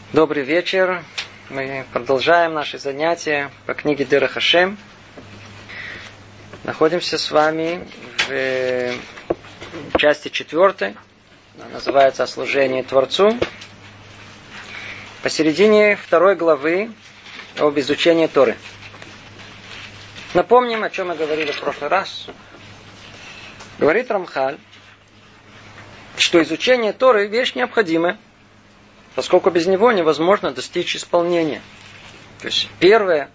Добрый вечер. Мы продолжаем наши занятия по книге Дерех Ашем. Находимся с вами в части 4. Она называется «О служении Творцу». Посередине 2 главы об изучении Торы. Напомним, о чем мы говорили в прошлый раз. Говорит Рамхаль, что изучение Торы – вещь необходимая, поскольку без него невозможно достичь исполнения. То есть первое,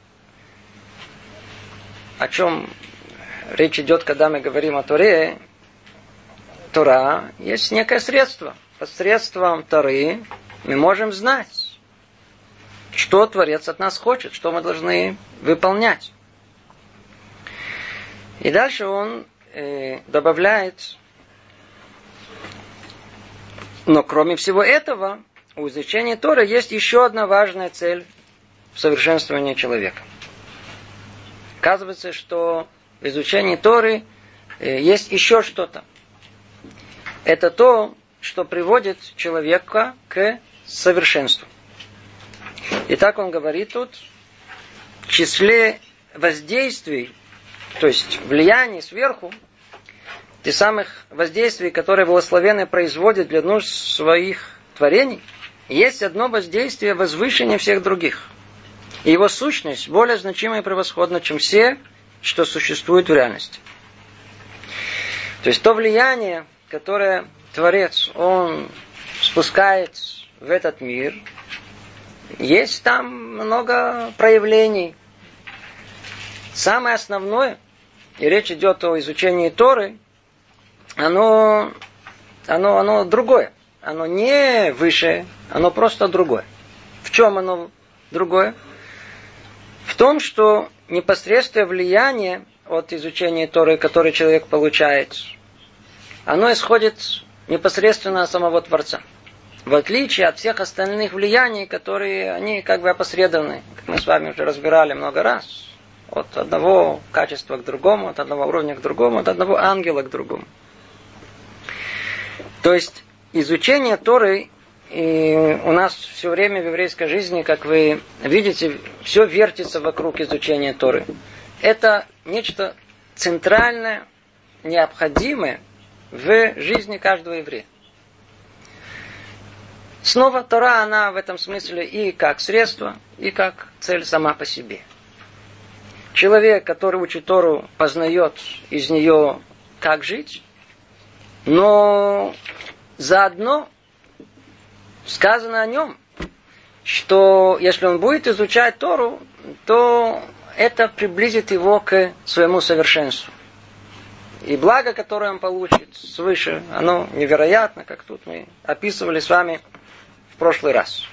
о чем речь идет, когда мы говорим о Торе, Тора есть некое средство. Посредством Торы мы можем знать, что Творец от нас хочет, что мы должны выполнять. И дальше он добавляет, но кроме всего этого, у изучения Торы есть еще одна важная цель в совершенствовании человека. Оказывается, что в изучении Торы есть еще что-то. Это то, что приводит человека к совершенству. И так он говорит тут, в числе воздействий, то есть влияний сверху, тех самых воздействий, которые благословенный производит для нужд своих творений, есть одно воздействие возвышения всех других. И его сущность более значима и превосходна, чем все, что существует в реальности. То есть то влияние, которое Творец, он спускает в этот мир, есть там много проявлений. Самое основное, и речь идет о изучении Торы, оно другое. Оно не выше, оно просто другое. В чем оно другое? В том, что непосредственное влияние от изучения Торы, которое человек получает, оно исходит непосредственно от самого Творца. В отличие от всех остальных влияний, которые они как бы опосредованы, как мы с вами уже разбирали много раз, от одного качества к другому, от одного уровня к другому, от одного ангела к другому. То есть изучение Торы, и у нас все время в еврейской жизни, как вы видите, все вертится вокруг изучения Торы. Это нечто центральное, необходимое в жизни каждого еврея. Снова Тора, она в этом смысле и как средство, и как цель сама по себе. Человек, который учит Тору, познает из нее, как жить, но заодно сказано о нем, что если он будет изучать Тору, то это приблизит его к своему совершенству. И благо, которое он получит свыше, оно невероятно, как тут мы описывали с вами в прошлый раз.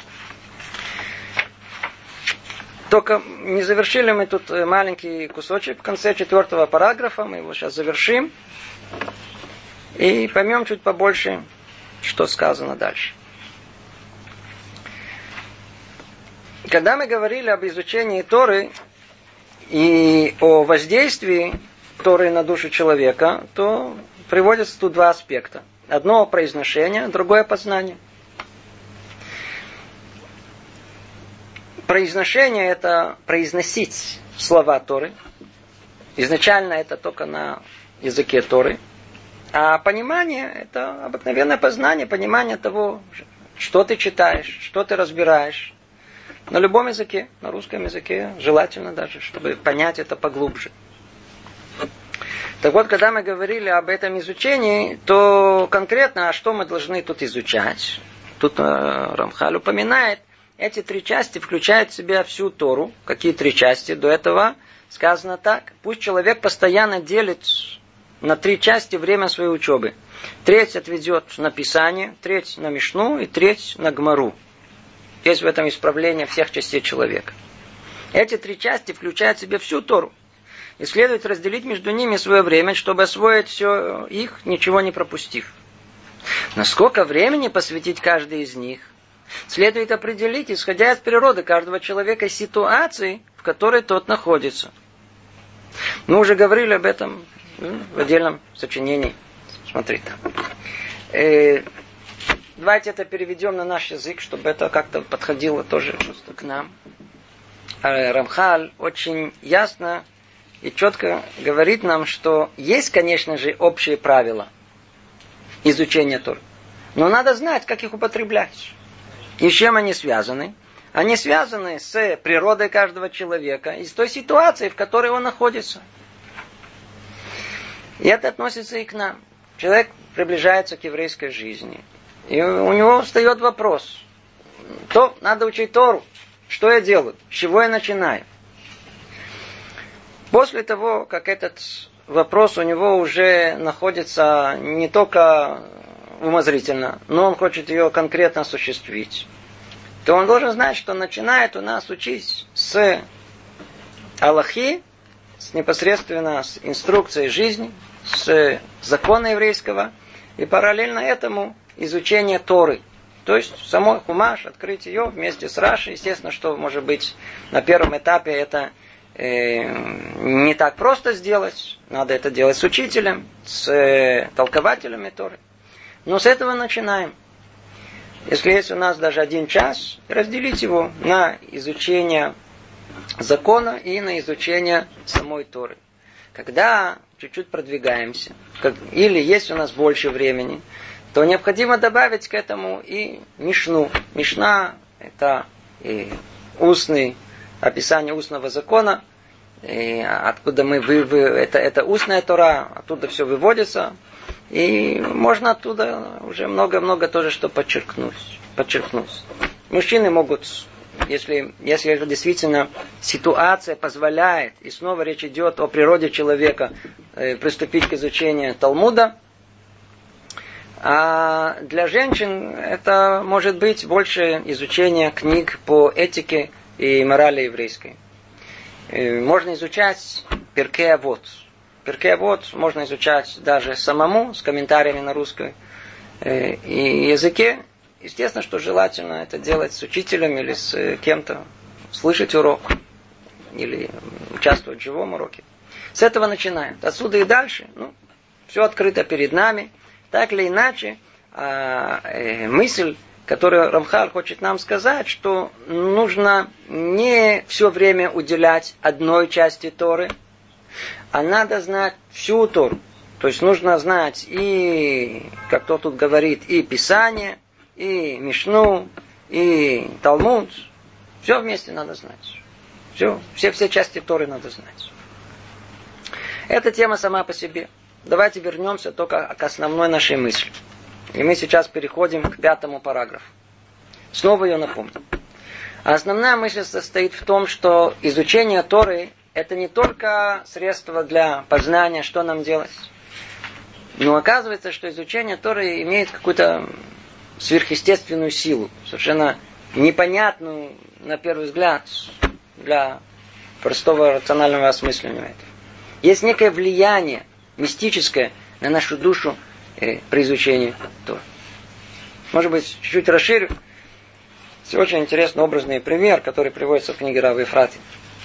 Только не завершили мы тут маленький кусочек в конце 4 параграфа, мы его сейчас завершим. И поймем чуть побольше, что сказано дальше. Когда мы говорили об изучении Торы и о воздействии Торы на душу человека, то приводятся тут два аспекта. Одно произношение, другое познание. Произношение – это произносить слова Торы. Изначально это только на языке Торы. А понимание – это обыкновенное познание, понимание того, что ты читаешь, что ты разбираешь. На любом языке, на русском языке, желательно даже, чтобы понять это поглубже. Так вот, когда мы говорили об этом изучении, то конкретно, что мы должны тут изучать? Тут Рамхаль упоминает, эти 3 части включают в себя всю Тору. Какие 3 части? До этого сказано так. Пусть человек постоянно делит на 3 части время своей учебы. 1/3 отведет на Писание, 1/3 на Мишну и 1/3 на Гмару. Есть в этом исправление всех частей человека. Эти 3 части включают в себя всю Тору. И следует разделить между ними свое время, чтобы освоить все их, ничего не пропустив. На сколько времени посвятить каждой из них, следует определить, исходя из природы каждого человека и ситуации, в которой тот находится. Мы уже говорили об этом в отдельном сочинении. Смотри там. давайте это переведем на наш язык, чтобы это как-то подходило тоже просто к нам. Рамхаль очень ясно и четко говорит нам, что есть, конечно же, общие правила изучения Торы. Но надо знать, как их употреблять. И с чем они связаны? Они связаны с природой каждого человека и с той ситуацией, в которой он находится. И это относится и к нам. Человек приближается к еврейской жизни. И у него встает вопрос. То надо учить Тору. Что я делаю? С чего я начинаю? После того, как этот вопрос у него уже находится не только умозрительно, но он хочет ее конкретно осуществить, то он должен знать, что начинает у нас учить с алахи, непосредственно с инструкцией жизни, с закона еврейского, и параллельно этому изучение Торы. То есть самой Хумаш, открыть ее вместе с Раши. Естественно, что может быть на первом этапе это не так просто сделать. Надо это делать с учителем, с толкователями Торы. Но с этого начинаем. Если есть у нас даже 1 час, разделить его на изучение закона и на изучение самой Торы. Когда чуть-чуть продвигаемся, или есть у нас больше времени, то необходимо добавить к этому и Мишну. Мишна – это устный, описание устного закона, откуда это устная Тора, оттуда все выводится, и можно оттуда уже много-много тоже что подчеркнуть. Мужчины могут, если действительно ситуация позволяет, и снова речь идет о природе человека, приступить к изучению Талмуда. А для женщин это может быть больше изучение книг по этике и морали еврейской. Можно изучать Перкей Авот. Перкей Авот можно изучать даже самому, с комментариями на русском и языке. Естественно, что желательно это делать с учителем или с кем-то, слышать урок или участвовать в живом уроке. С этого начинаем. Отсюда и дальше. Все открыто перед нами. Так или иначе, мысль, которую Рамхаль хочет нам сказать, что нужно не все время уделять одной части Торы, а надо знать всю Тору. То есть нужно знать и, как кто тут говорит, и Писание, и Мишну, и Талмуд. Все вместе надо знать. Все части Торы надо знать. Эта тема сама по себе. Давайте вернемся только к основной нашей мысли. И мы сейчас переходим к 5 параграфу. Снова ее напомню. Основная мысль состоит в том, что изучение Торы это не только средство для познания, что нам делать. Но оказывается, что изучение Торы имеет какую-то сверхъестественную силу, совершенно непонятную, на первый взгляд, для простого рационального осмысления этого. Есть некое влияние мистическое на нашу душу при изучении Торы. Может быть, чуть-чуть расширю. Это очень интересный образный пример, который приводится в книге Рава Ефрати.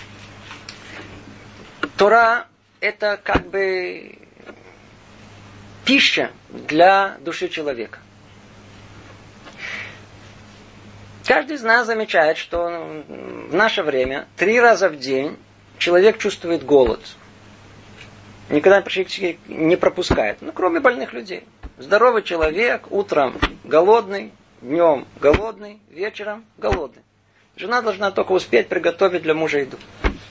Тора – это как бы пища для души человека. Каждый из нас замечает, что в наше время 3 раза в день человек чувствует голод. Никогда практически не пропускает. Кроме больных людей. Здоровый человек утром голодный, днем голодный, вечером голодный. Жена должна только успеть приготовить для мужа еду.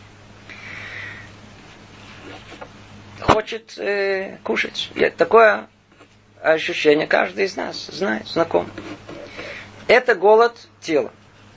Хочет кушать. Такое ощущение каждый из нас знает, знаком. Это голод тела.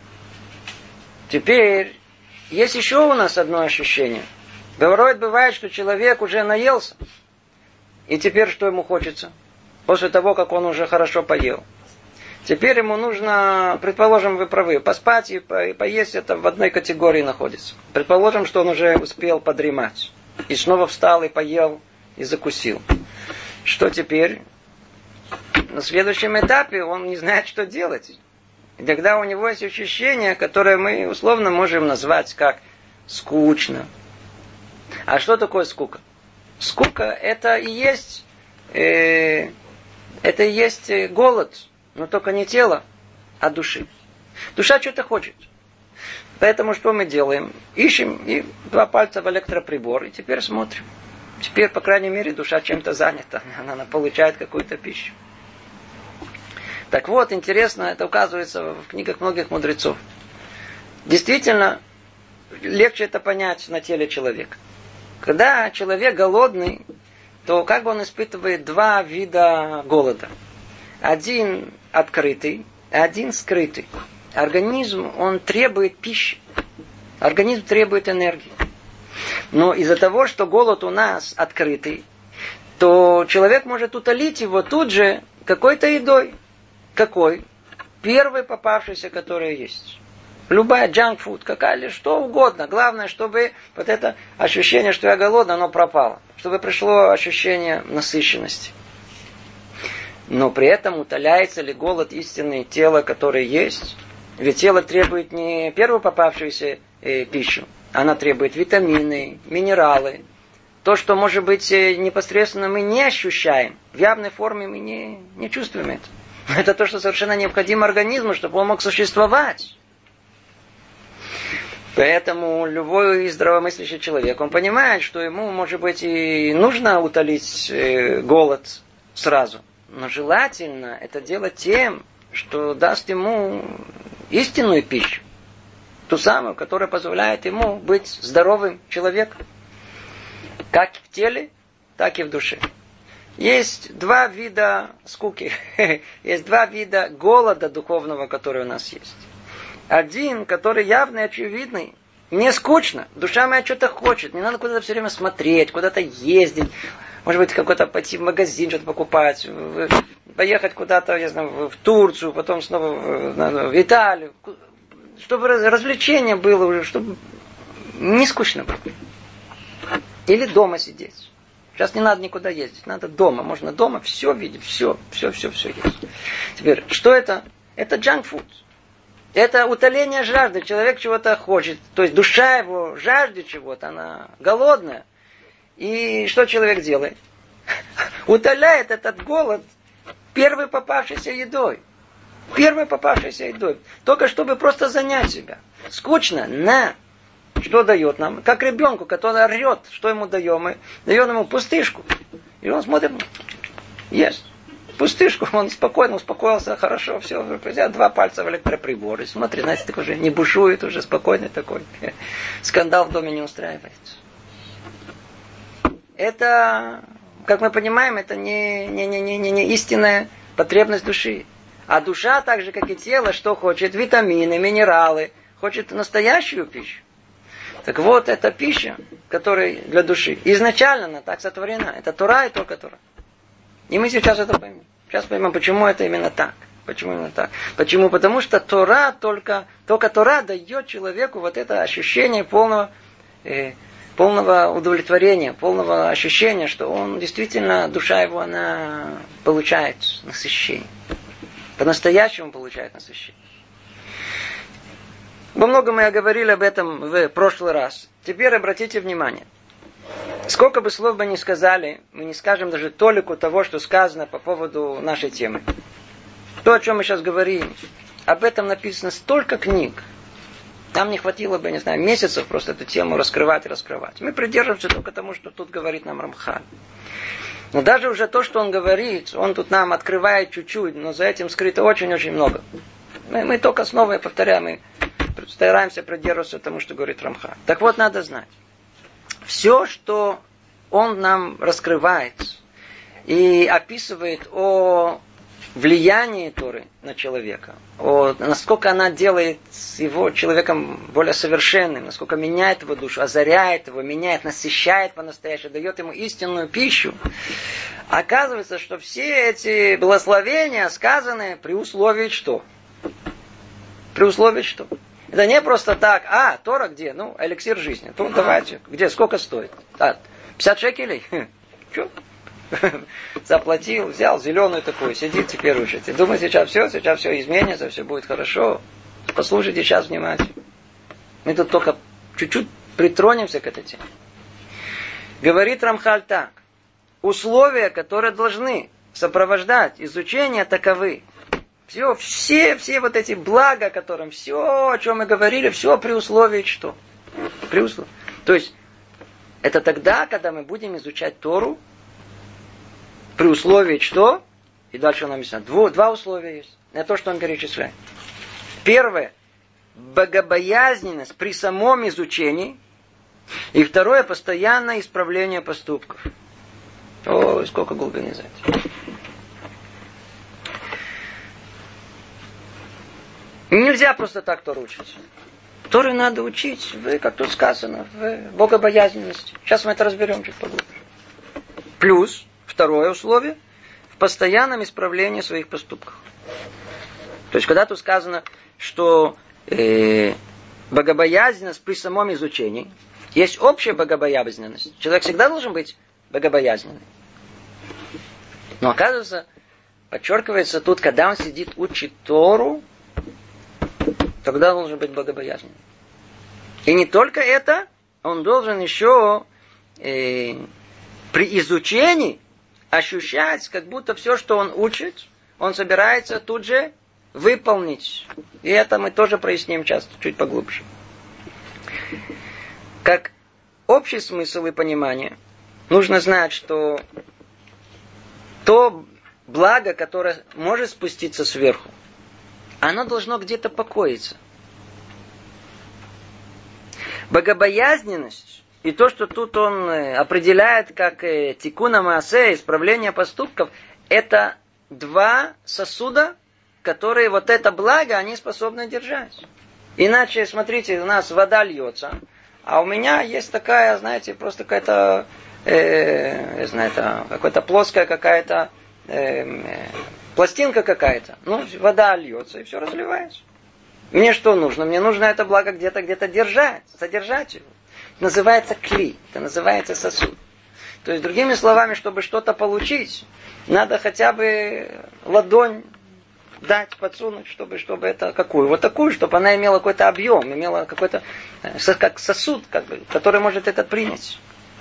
Теперь есть еще у нас одно ощущение. Бывает, что человек уже наелся. И теперь что ему хочется? После того, как он уже хорошо поел. Теперь ему нужно, предположим, вы правы, поспать и поесть, это в одной категории находится. Предположим, что он уже успел подремать. И снова встал и поел, и закусил. Что теперь? На следующем этапе он не знает, что делать. И тогда у него есть ощущение, которое мы условно можем назвать как скучно. А что такое скука? Скука это и есть голод. но только не тела, а души. Душа что-то хочет. Поэтому что мы делаем? Ищем и 2 пальца в электроприбор, и теперь смотрим. Теперь, по крайней мере, душа чем-то занята. Она получает какую-то пищу. Так вот, интересно, это указывается в книгах многих мудрецов. Действительно, легче это понять на теле человека. Когда человек голодный, то как бы он испытывает 2 вида голода. Один открытый, один скрытый. Организм, он требует пищи. Организм требует энергии. Но из-за того, что голод у нас открытый, то человек может утолить его тут же какой-то едой. Какой? Первой попавшейся, которая есть. Любая junk food, какая-либо, что угодно. Главное, чтобы вот это ощущение, что я голодный, оно пропало. Чтобы пришло ощущение насыщенности. Но при этом утоляется ли голод истинное тело, которое есть? Ведь тело требует не первую попавшуюся пищу. Она требует витамины, минералы. То, что, может быть, непосредственно мы не ощущаем. В явной форме мы не чувствуем это. Это то, что совершенно необходимо организму, чтобы он мог существовать. Поэтому любой здравомыслящий человек, он понимает, что ему, может быть, и нужно утолить голод сразу. Но желательно это делать тем, что даст ему истинную пищу. Ту самую, которая позволяет ему быть здоровым человеком. Как в теле, так и в душе. Есть 2 вида скуки. Есть 2 вида голода духовного, который у нас есть. Один, который явный и очевидный. Не скучно. Душа моя что-то хочет. Не надо куда-то все время смотреть, куда-то ездить. Может быть, какой-то пойти в магазин, что-то покупать. Поехать куда-то, я знаю, в Турцию, потом снова в Италию. Чтобы развлечение было уже, чтобы не скучно было. Или дома сидеть. Сейчас не надо никуда ездить. Надо дома. Можно дома все видеть. Все есть. Теперь, что это? Это junk food. Это утоление жажды. Человек чего-то хочет. То есть душа его жаждет чего-то. Она голодная. И что человек делает? Утоляет этот голод первой попавшейся едой. Первой попавшейся едой. Только чтобы просто занять себя. Скучно. На. Что дает нам? Как ребенку, который орет. Что ему даем? Мы даем ему пустышку. И он смотрит. Ест. Пустышку. Он спокойно успокоился. Хорошо. Все. 2 пальца в электроприбор. И смотрит. Знаете, так уже не бушует. Уже спокойный такой. Скандал в доме не устраивается. Это, как мы понимаем, это не истинная потребность души. А душа, так же, как и тело, что хочет? Витамины, минералы. Хочет настоящую пищу. Так вот, эта пища, которая для души, изначально она так сотворена. Это Тора и только Тора. И мы сейчас это поймем. Сейчас поймем, почему это именно так. Почему именно так? Почему? Потому что Тора, только Тора дает человеку вот это ощущение полного удовлетворения, полного ощущения, что он действительно, душа его, она получает насыщение. По-настоящему получает насыщение. Во многом мы говорили об этом в прошлый раз. Теперь обратите внимание. Сколько бы слов бы ни сказали, мы не скажем даже толику того, что сказано по поводу нашей темы. То, о чем мы сейчас говорим, об этом написано столько книг. Нам не хватило бы, не знаю, месяцев просто эту тему раскрывать и раскрывать. Мы придерживаемся только тому, что тут говорит нам Рамхаль. Но даже уже то, что он говорит, он тут нам открывает чуть-чуть, но за этим скрыто очень-очень много. Мы только снова, я повторяю, мы стараемся придерживаться тому, что говорит Рамхаль. Так вот, надо знать. Все, что он нам раскрывает и описывает о влияние Торы на человека, насколько она делает его человеком более совершенным, насколько меняет его душу, озаряет его, меняет, насыщает по-настоящему, дает ему истинную пищу. Оказывается, что все эти благословения сказаны при условии что? При условии что? Это не просто так, Тора где? Эликсир жизни. Давайте, где, сколько стоит? 50 шекелей? Что? Заплатил, взял зеленую такую, сидит теперь учит. И думает, сейчас все изменится, все будет хорошо. Послушайте сейчас внимательно. Мы тут только чуть-чуть притронемся к этой теме. Говорит Рамхаль так. Условия, которые должны сопровождать изучение, таковы. Все вот эти блага, о котором все, о чем мы говорили, все при условии что? При условии. То есть, это тогда, когда мы будем изучать Тору, при условии что? И дальше он объясняет. Два условия есть. Это то, что он перечисляет. Первое. Богобоязненность при самом изучении. И второе. Постоянное исправление поступков. Ой, сколько глубины за это. Нельзя просто так Тору учить. Тору надо учить, как тут сказано, в богобоязненности. Сейчас мы это разберем чуть поглубже. Плюс, второе условие, в постоянном исправлении своих поступков. То есть, когда тут сказано, что богобоязненность при самом изучении, есть общая богобоязненность. Человек всегда должен быть богобоязненным. Но оказывается, подчеркивается тут, когда он сидит, учит Тору, тогда должен быть богобоязненным. И не только это, он должен еще при изучении ощущать, как будто все, что он учит, он собирается тут же выполнить. И это мы тоже проясним часто, чуть поглубже. Как общий смысл и понимание, нужно знать, что то благо, которое может спуститься сверху, оно должно где-то покоиться. Богобоязненность и то, что тут он определяет как тикуна маасе, исправление поступков, это два сосуда, которые вот это благо, они способны держать. Иначе, смотрите, у нас вода льется, а у меня есть такая, знаете, просто какая-то, я знаю, это какая-то плоская какая-то пластинка какая-то. Ну, вода льется, и все разливается. Мне что нужно? Мне нужно это благо где-то держать, содержать его. Это называется кли, это называется сосуд. То есть, другими словами, чтобы что-то получить, надо хотя бы ладонь дать, подсунуть, чтобы это какую? Вот такую, чтобы она имела какой-то объем, имела какой-то, как сосуд, который может это принять.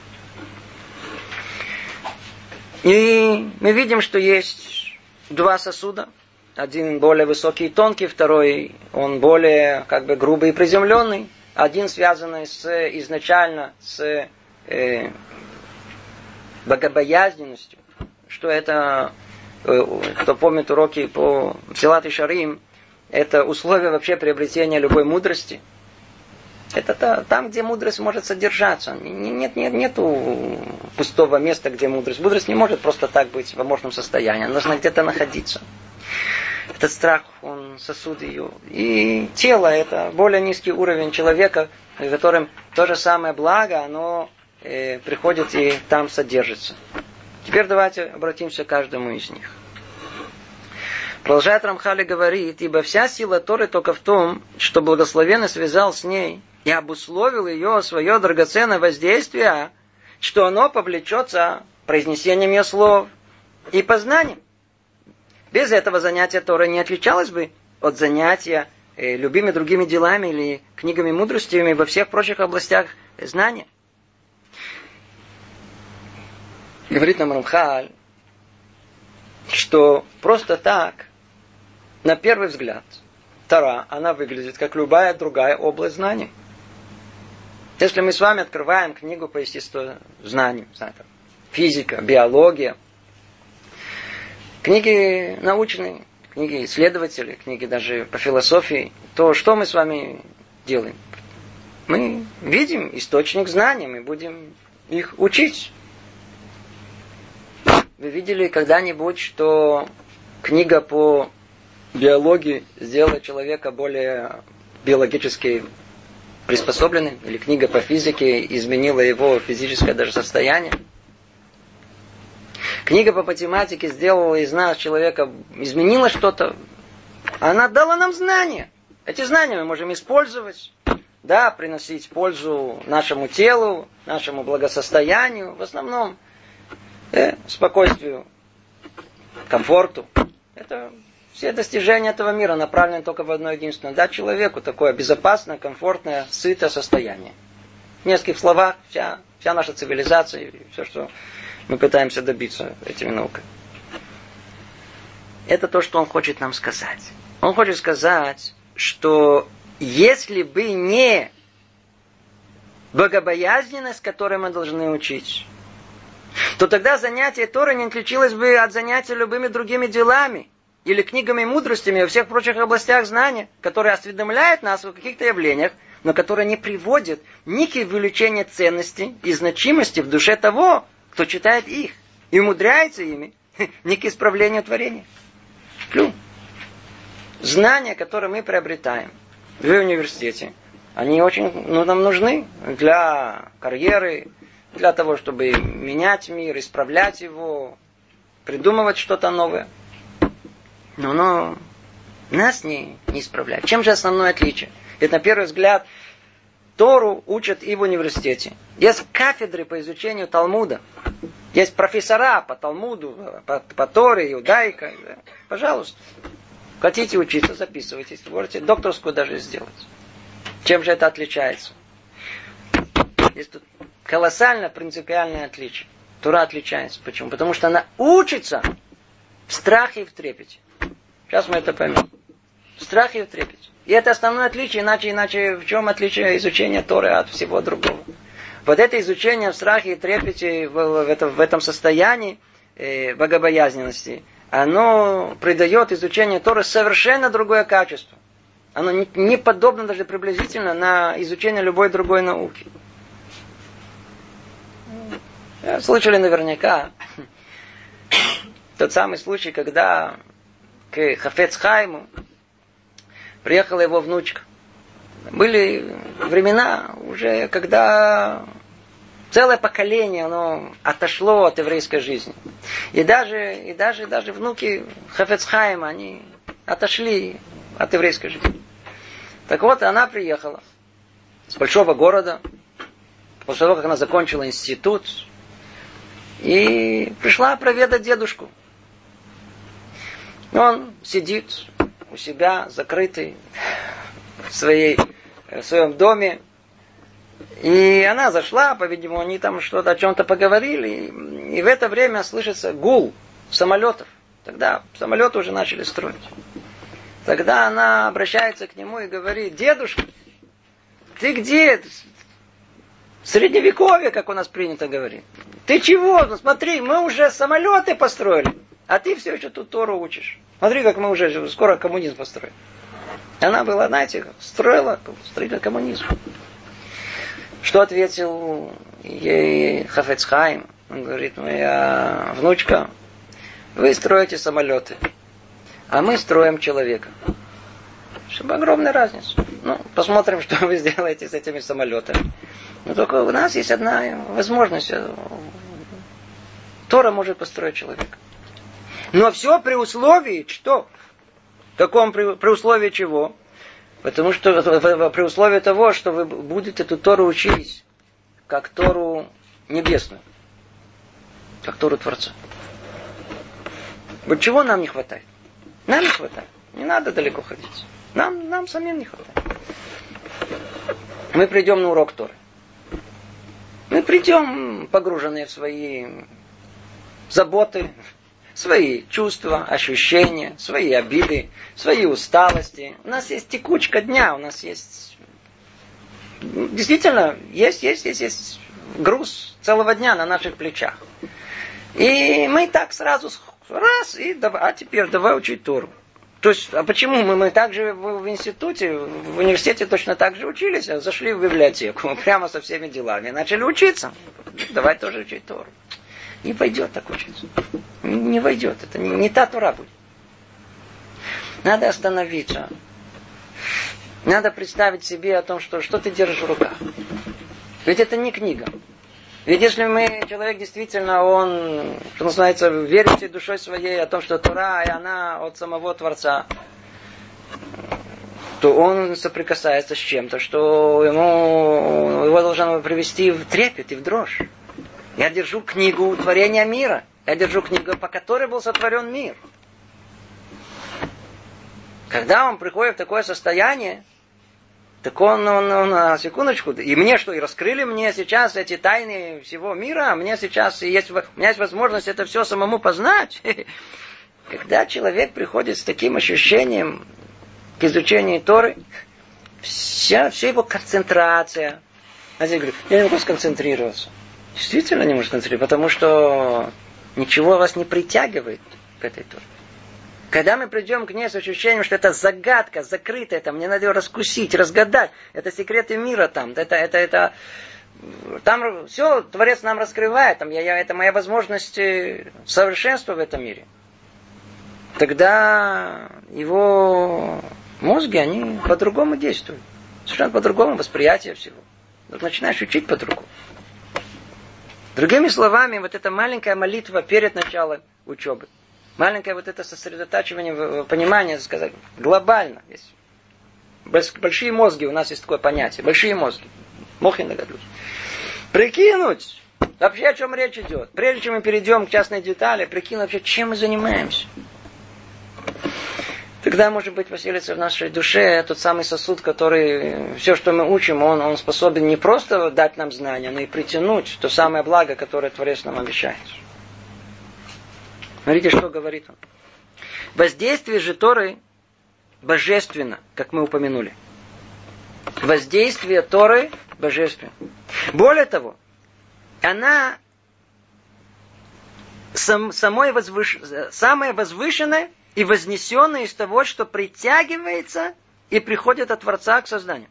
И мы видим, что есть два сосуда. Один более высокий и тонкий, второй он более грубый и приземленный. Один связанный изначально с богобоязненностью. Что это, кто помнит уроки по Мсилат Йешарим, это условие вообще приобретения любой мудрости. Это там, где мудрость может содержаться. Нету пустого места, где мудрость. Мудрость не может просто так быть в аморфном состоянии. Она должна где-то находиться. Этот страх, он сосуд ее. И тело, это более низкий уровень человека, в котором то же самое благо, оно приходит и там содержится. Теперь давайте обратимся к каждому из них. Продолжает Рамхаль, говорит, ибо вся сила Торы только в том, что благословенный связал с ней и обусловил ее свое драгоценное воздействие, что оно повлечется произнесением ее слов и познанием. Без этого занятия Торой не отличалось бы от занятия любыми другими делами или книгами мудростями во всех прочих областях знания. Говорит нам Рамхаль, что просто так, на первый взгляд, Тора, она выглядит как любая другая область знаний. Если мы с вами открываем книгу по естествознанию, физика, биология, книги научные, книги исследователей, книги даже по философии, то что мы с вами делаем? Мы видим источник знаний, мы будем их учить. Вы видели когда-нибудь, что книга по биологии сделала человека более биологически приспособленным? Или книга по физике изменила его физическое даже состояние? Книга по математике сделала из нас человека, изменила что-то. Она дала нам знания. Эти знания мы можем использовать. Да, приносить пользу нашему телу, нашему благосостоянию. В основном спокойствию, комфорту. Это все достижения этого мира направлены только в одно единственное. Дать человеку такое безопасное, комфортное, сытое состояние. В нескольких словах вся наша цивилизация, все, что мы пытаемся добиться этими науками. это то, что он хочет нам сказать. Он хочет сказать, что если бы не богобоязненность, которой мы должны учить, то тогда занятие Торой не отличилось бы от занятия любыми другими делами или книгами и мудростями во всех прочих областях знания, которые осведомляют нас о каких-то явлениях, но которые не приводят ни к увеличению ценности и значимости в душе того, кто читает их и умудряется ими, ни к исправлению творения. Знания, которые мы приобретаем в университете, они очень нам нужны для карьеры, для того, чтобы менять мир, исправлять его, придумывать что-то новое. Но нас не исправляет. Чем же основное отличие? Это, на первый взгляд, Тору учат и в университете. Есть кафедры по изучению Талмуда. Есть профессора по Талмуду, по Торе, иудаика. Пожалуйста. Хотите учиться, записывайтесь. Можете докторскую даже сделать. Чем же это отличается? Есть тут колоссально принципиальное отличие. Тора отличается. Почему? Потому что она учится в страхе и в трепете. Сейчас мы это поймем. В страхе и в трепете. И это основное отличие. Иначе в чем отличие изучения Торы от всего другого? Вот это изучение в страхе и трепете, в этом состоянии богобоязненности, оно придает изучению Торы совершенно другое качество. Оно не подобно даже приблизительно на изучение любой другой науки. Слышали наверняка тот самый случай, когда к Хафец Хаиму приехала его внучка. Были времена уже, когда целое поколение оно отошло от еврейской жизни. И даже внуки Хафец Хаима, они отошли от еврейской жизни. Так вот, она приехала с большого города, после того, как она закончила институт, и пришла проведать дедушку. Он сидит у себя, закрытый в своем доме. И она зашла, по-видимому, они там что-то о чем-то поговорили. И в это время слышится гул самолетов. Тогда самолеты уже начали строить. Тогда она обращается к нему и говорит: дедушка, ты где? Средневековье, как у нас принято говорить. Ты чего? Ну смотри, мы уже самолеты построили, а ты все еще тут Тору учишь. Смотри, как мы уже скоро коммунизм построим. Она была, знаете, строила коммунизм. Что ответил ей Хафец Хаим? Он говорит: моя внучка, вы строите самолеты, а мы строим человека. Чтобы огромная разница. Ну, посмотрим, что вы сделаете с этими самолетами. Но только у нас есть одна возможность. Тора может построить человека. Но все при условии, что? При условии чего? Потому что при условии того, что вы будете эту Тору учить, как Тору небесную. Как Тору Творца. Вот чего нам не хватает? Нам не хватает. Не надо далеко ходить. Нам самим не хватает. Мы придем на урок Торы. Мы придем погруженные в свои заботы, свои чувства, ощущения, свои обиды, свои усталости. У нас есть текучка дня, у нас есть... Действительно, есть груз целого дня на наших плечах. И мы так сразу раз, а теперь давай учить Тору. То есть, а почему мы также в институте, в университете точно так же учились, а зашли в библиотеку прямо со всеми делами и начали учиться. Давай тоже учить Тору. Не пойдет так учиться. Не войдет. Это не та Тора будет. Надо остановиться. Надо представить себе о том, что ты держишь в руках. Ведь это не книга. Ведь если человек действительно, он, что называется, верит всей душой своей о том, что Тора, и она от самого Творца, то он соприкасается с чем-то, что его должно привести в трепет и в дрожь. Я держу книгу творения мира. Я держу книгу, по которой был сотворен мир. Когда он приходит в такое состояние, так он на секундочку, и мне что, и раскрыли мне сейчас эти тайны всего мира, у меня есть возможность это все самому познать. Когда человек приходит с таким ощущением к изучению Торы, вся его концентрация. А я говорю, я не могу сконцентрироваться. Действительно не могу сконцентрироваться, потому что ничего вас не притягивает к этой Торе. Когда мы придем к ней с ощущением, что это загадка, закрытая, там, мне надо ее раскусить, разгадать, это секреты мира там, там все Творец нам раскрывает, там, это моя возможность совершенства в этом мире. Тогда его мозги, они по-другому действуют. Совершенно по-другому восприятие всего. Вот начинаешь учить по-другому. Другими словами, вот эта маленькая молитва перед началом учебы, маленькое вот это сосредотачивание, понимание, сказать, глобально. Есть большие мозги, у нас есть такое понятие. Большие мозги. Мохин нагадлюсь. Прикинуть, вообще о чем речь идет. Прежде чем мы перейдем к частной детали, прикинуть вообще, чем мы занимаемся. Тогда, может быть, поселится в нашей душе тот самый сосуд, который все, что мы учим, он способен не просто дать нам знания, но и притянуть то самое благо, которое Творец нам обещает. Смотрите, что говорит он. Воздействие же Торы божественно, как мы упомянули. Воздействие Торы божественно. Более того, она самое возвышенное и вознесенное из того, что притягивается и приходит от Творца к созданию.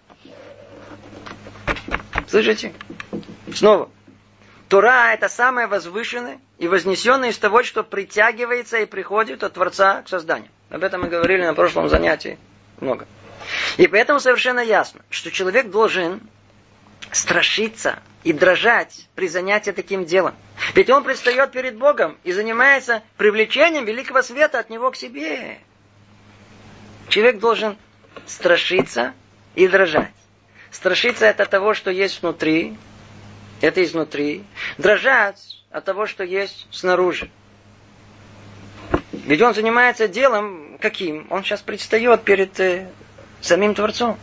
Слышите? Снова. Тора – это самое возвышенное и вознесенное из того, что притягивается и приходит от Творца к созданию. Об этом мы говорили на прошлом занятии много. И поэтому совершенно ясно, что человек должен страшиться и дрожать при занятии таким делом. Ведь он предстает перед Богом и занимается привлечением великого света от Него к себе. Человек должен страшиться и дрожать. Страшиться от того, что есть внутри, это изнутри. Дрожать от того, что есть снаружи. Ведь он занимается делом каким? Он сейчас предстает перед самим Творцом.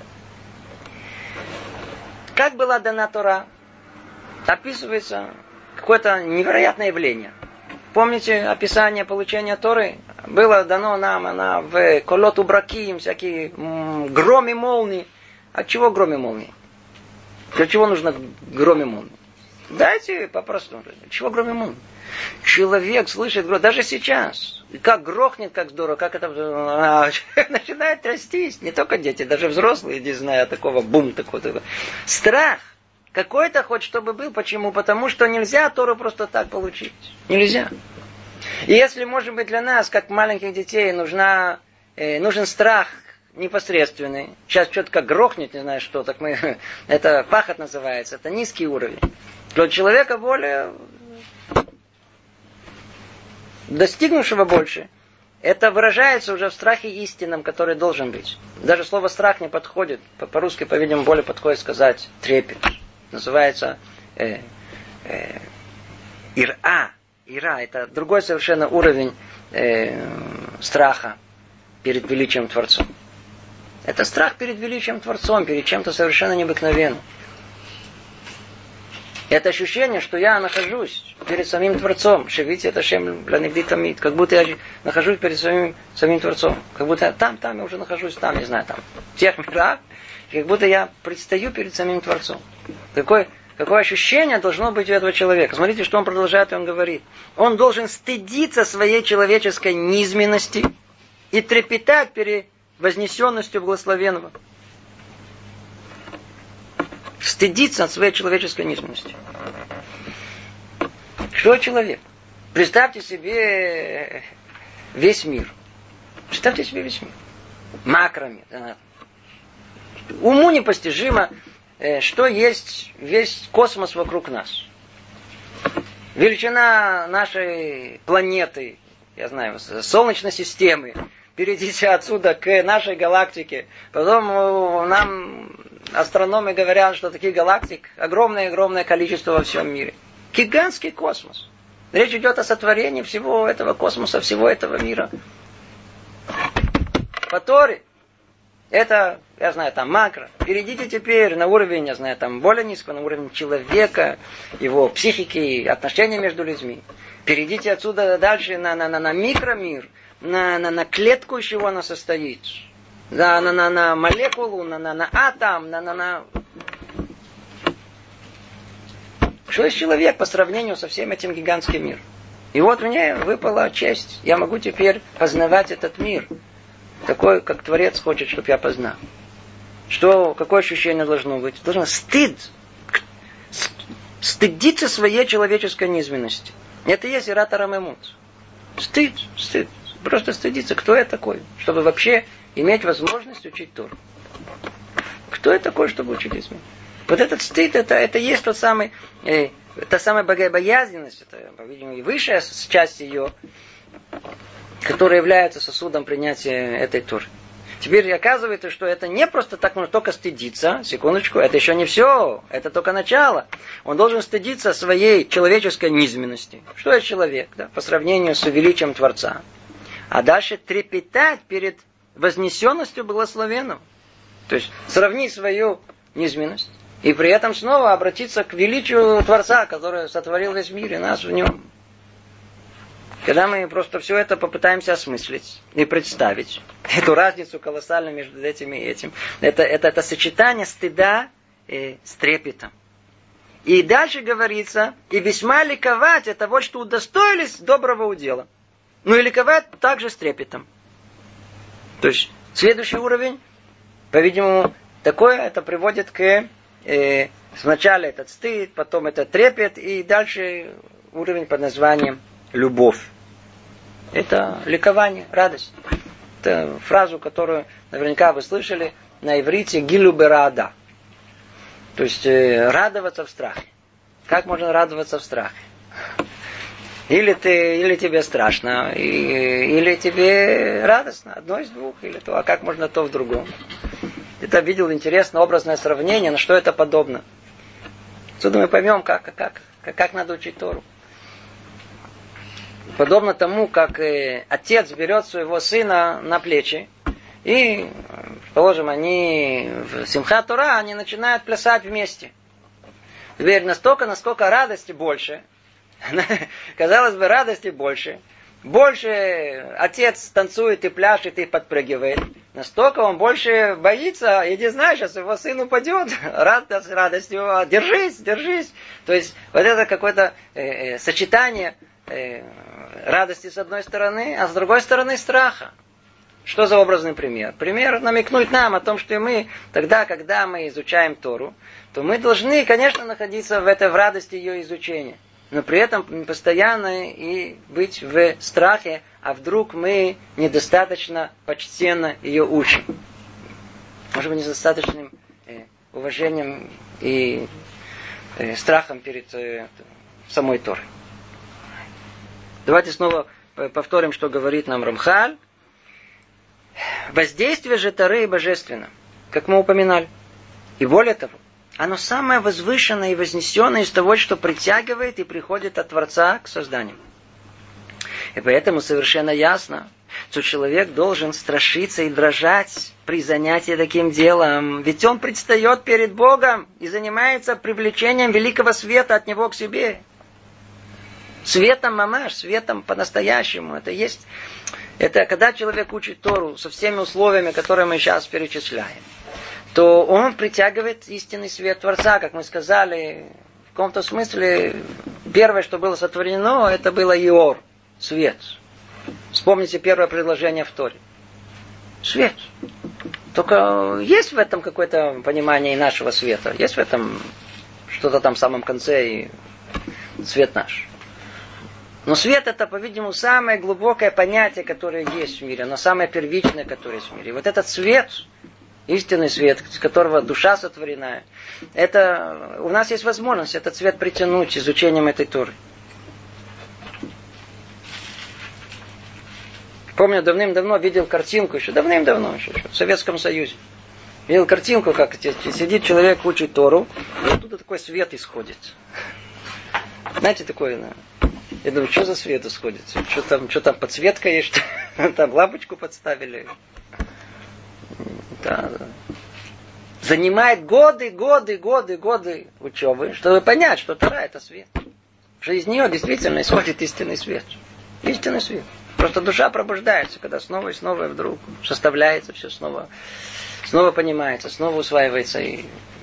Как была дана Тора? Описывается какое-то невероятное явление. Помните описание получения Торы? Было дано нам она в колот убраким, всякие гром и молнии. От чего гром и молнии? Для чего нужно гром и молнии? Дайте по-простому. Чего гром и молнии? Человек слышит гром, даже сейчас. Как грохнет, как здорово, как это начинает трястись. Не только дети, даже взрослые, не зная такого бум, такого. Страх. Какой-то хоть чтобы был. Почему? Потому что нельзя Тору просто так получить. Нельзя. И если, может быть, для нас, как маленьких детей, нужен страх непосредственный. Сейчас что-то как грохнет, не знаю что, так мы... Это пахот называется, это низкий уровень. Для человека более... достигнувшего больше, это выражается уже в страхе истинном, который должен быть. Даже слово страх не подходит. По-русски, по-видимому, более подходит сказать трепет. Называется ира. Ира – это другой совершенно уровень страха перед величием Творцом. Это страх перед величием Творцом, перед чем-то совершенно необыкновенным. Это ощущение, что я нахожусь перед самим Творцом. Шевите это шем ланибитамид. Как будто я нахожусь перед самим Творцом. Как будто там я уже нахожусь, там, не знаю, там. В тех мирах. Как будто я предстаю перед самим Творцом. Какое ощущение должно быть у этого человека? Смотрите, что он продолжает, и он говорит. Он должен стыдиться своей человеческой низменности и трепетать перед вознесенностью благословенного. Стыдиться от своей человеческой низменности. Что человек? Представьте себе весь мир. Представьте себе весь мир. Макромир. Уму непостижимо, что есть весь космос вокруг нас. Величина нашей планеты, я знаю, Солнечной системы, перейдите отсюда к нашей галактике. Потом нам астрономы говорят, что таких галактик огромное-огромное количество во всем мире. Гигантский космос. Речь идет о сотворении всего этого космоса, всего этого мира. По Торе это, я знаю, там макро. Перейдите теперь на уровень, я знаю, там более низкого, на уровень человека, его психики, отношения между людьми. Перейдите отсюда дальше на микромир, на клетку, из чего она состоит. На молекулу, на атом, Что есть человек по сравнению со всем этим гигантским миром? И вот мне выпала честь. Я могу теперь познавать этот мир. Такой, как Творец хочет, чтобы я познал. Какое ощущение должно быть? Должно стыд. Стыдиться своей человеческой низменности. Это и есть ират арамемут. Стыд. Просто стыдиться. Кто я такой? Чтобы вообще иметь возможность учить Тору. Кто я такой, чтобы учить Исмин? Вот этот стыд, это есть та самая богобоязненность, это, по-видимому, и высшая часть ее, которая является сосудом принятия этой Торы. Теперь оказывается, что это не просто так нужно только стыдиться, секундочку, это еще не все, это только начало. Он должен стыдиться своей человеческой низменности. Что есть человек, да, по сравнению с величием Творца. А дальше трепетать перед вознесенностью благословенного. То есть сравнить свою низменность и при этом снова обратиться к величию Творца, который сотворил весь мир и нас в нем. Когда мы просто все это попытаемся осмыслить и представить, эту разницу колоссальную между этим и этим, это сочетание стыда с трепетом. И дальше говорится, и весьма ликовать от того, что удостоились доброго удела. Ну и ликовать также с трепетом. То есть следующий уровень, по-видимому, такое, это приводит к сначала этот стыд, потом это трепет, и дальше уровень под названием любовь. Это ликование, радость. Это фразу, которую наверняка вы слышали на иврите гилу берада. То есть радоваться в страхе. Как можно радоваться в страхе? Или тебе страшно, или тебе радостно. Одно из двух, или то. А как можно то в другом? Это видел интересное образное сравнение, на что это подобно. Отсюда мы поймем, как надо учить Тору. Подобно тому, как отец берет своего сына на плечи, и, положим, они в Симхат Тора, они начинают плясать вместе. Теперь настолько, насколько радости больше, казалось бы, радости больше. Больше отец танцует и пляшет и подпрыгивает. Настолько он больше боится, и не знаешь, сейчас его сын упадет. Радостью, держись. То есть, вот это какое-то сочетание радости с одной стороны, а с другой стороны страха. Что за образный пример? Пример намекнуть нам о том, что мы, тогда, когда мы изучаем Тору, то мы должны, конечно, находиться в радости ее изучения. Но при этом постоянно и быть в страхе, а вдруг мы недостаточно почтенно ее учим. Может быть, недостаточным уважением и страхом перед самой Торой. Давайте снова повторим, что говорит нам Рамхаль. Воздействие же Торы божественно, как мы упоминали. И более того, оно самое возвышенное и вознесенное из того, что притягивает и приходит от Творца к созданию. И поэтому совершенно ясно, что человек должен страшиться и дрожать при занятии таким делом. Ведь он предстает перед Богом и занимается привлечением великого света от Него к себе. Светом мамаш, светом по-настоящему. Это когда человек учит Тору со всеми условиями, которые мы сейчас перечисляем, то он притягивает истинный свет Творца, как мы сказали. В каком-то смысле первое, что было сотворено, это было Иор, свет. Вспомните первое предложение в Торе. Свет. Только есть в этом какое-то понимание и нашего света. Есть в этом что-то там в самом конце и свет наш. Но свет это, по-видимому, самое глубокое понятие, которое есть в мире. Оно самое первичное, которое есть в мире. И вот этот свет, истинный свет, с которого душа сотворена, это у нас есть возможность этот свет притянуть изучением этой Торы. Помню, давным-давно видел картинку, еще в Советском Союзе. Видел картинку, как сидит человек, учит Тору, и оттуда такой свет исходит. Знаете, такое, я думаю, что за свет исходит? Что там подсветка есть? Там лампочку подставили. Да. Занимает годы учебы, чтобы понять, что Тора это свет. что из нее действительно исходит истинный свет. Истинный свет. Просто душа пробуждается, когда снова и снова вдруг составляется все снова понимается, снова усваивается. И...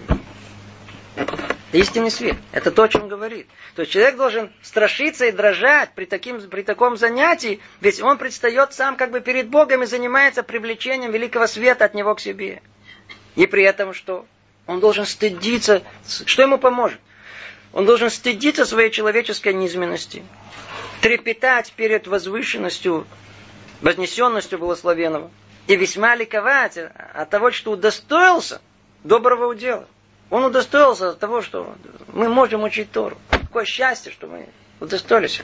Истинный свет. Это то, о чем говорит. То есть человек должен страшиться и дрожать при таком занятии, ведь он предстает сам как бы перед Богом и занимается привлечением великого света от него к себе. И при этом что? Он должен стыдиться. Что ему поможет? Он должен стыдиться своей человеческой низменности, трепетать перед возвышенностью, вознесенностью благословенного и весьма ликовать от того, что удостоился доброго удела. Он удостоился от того, что мы можем учить Тору. Какое счастье, что мы удостоились.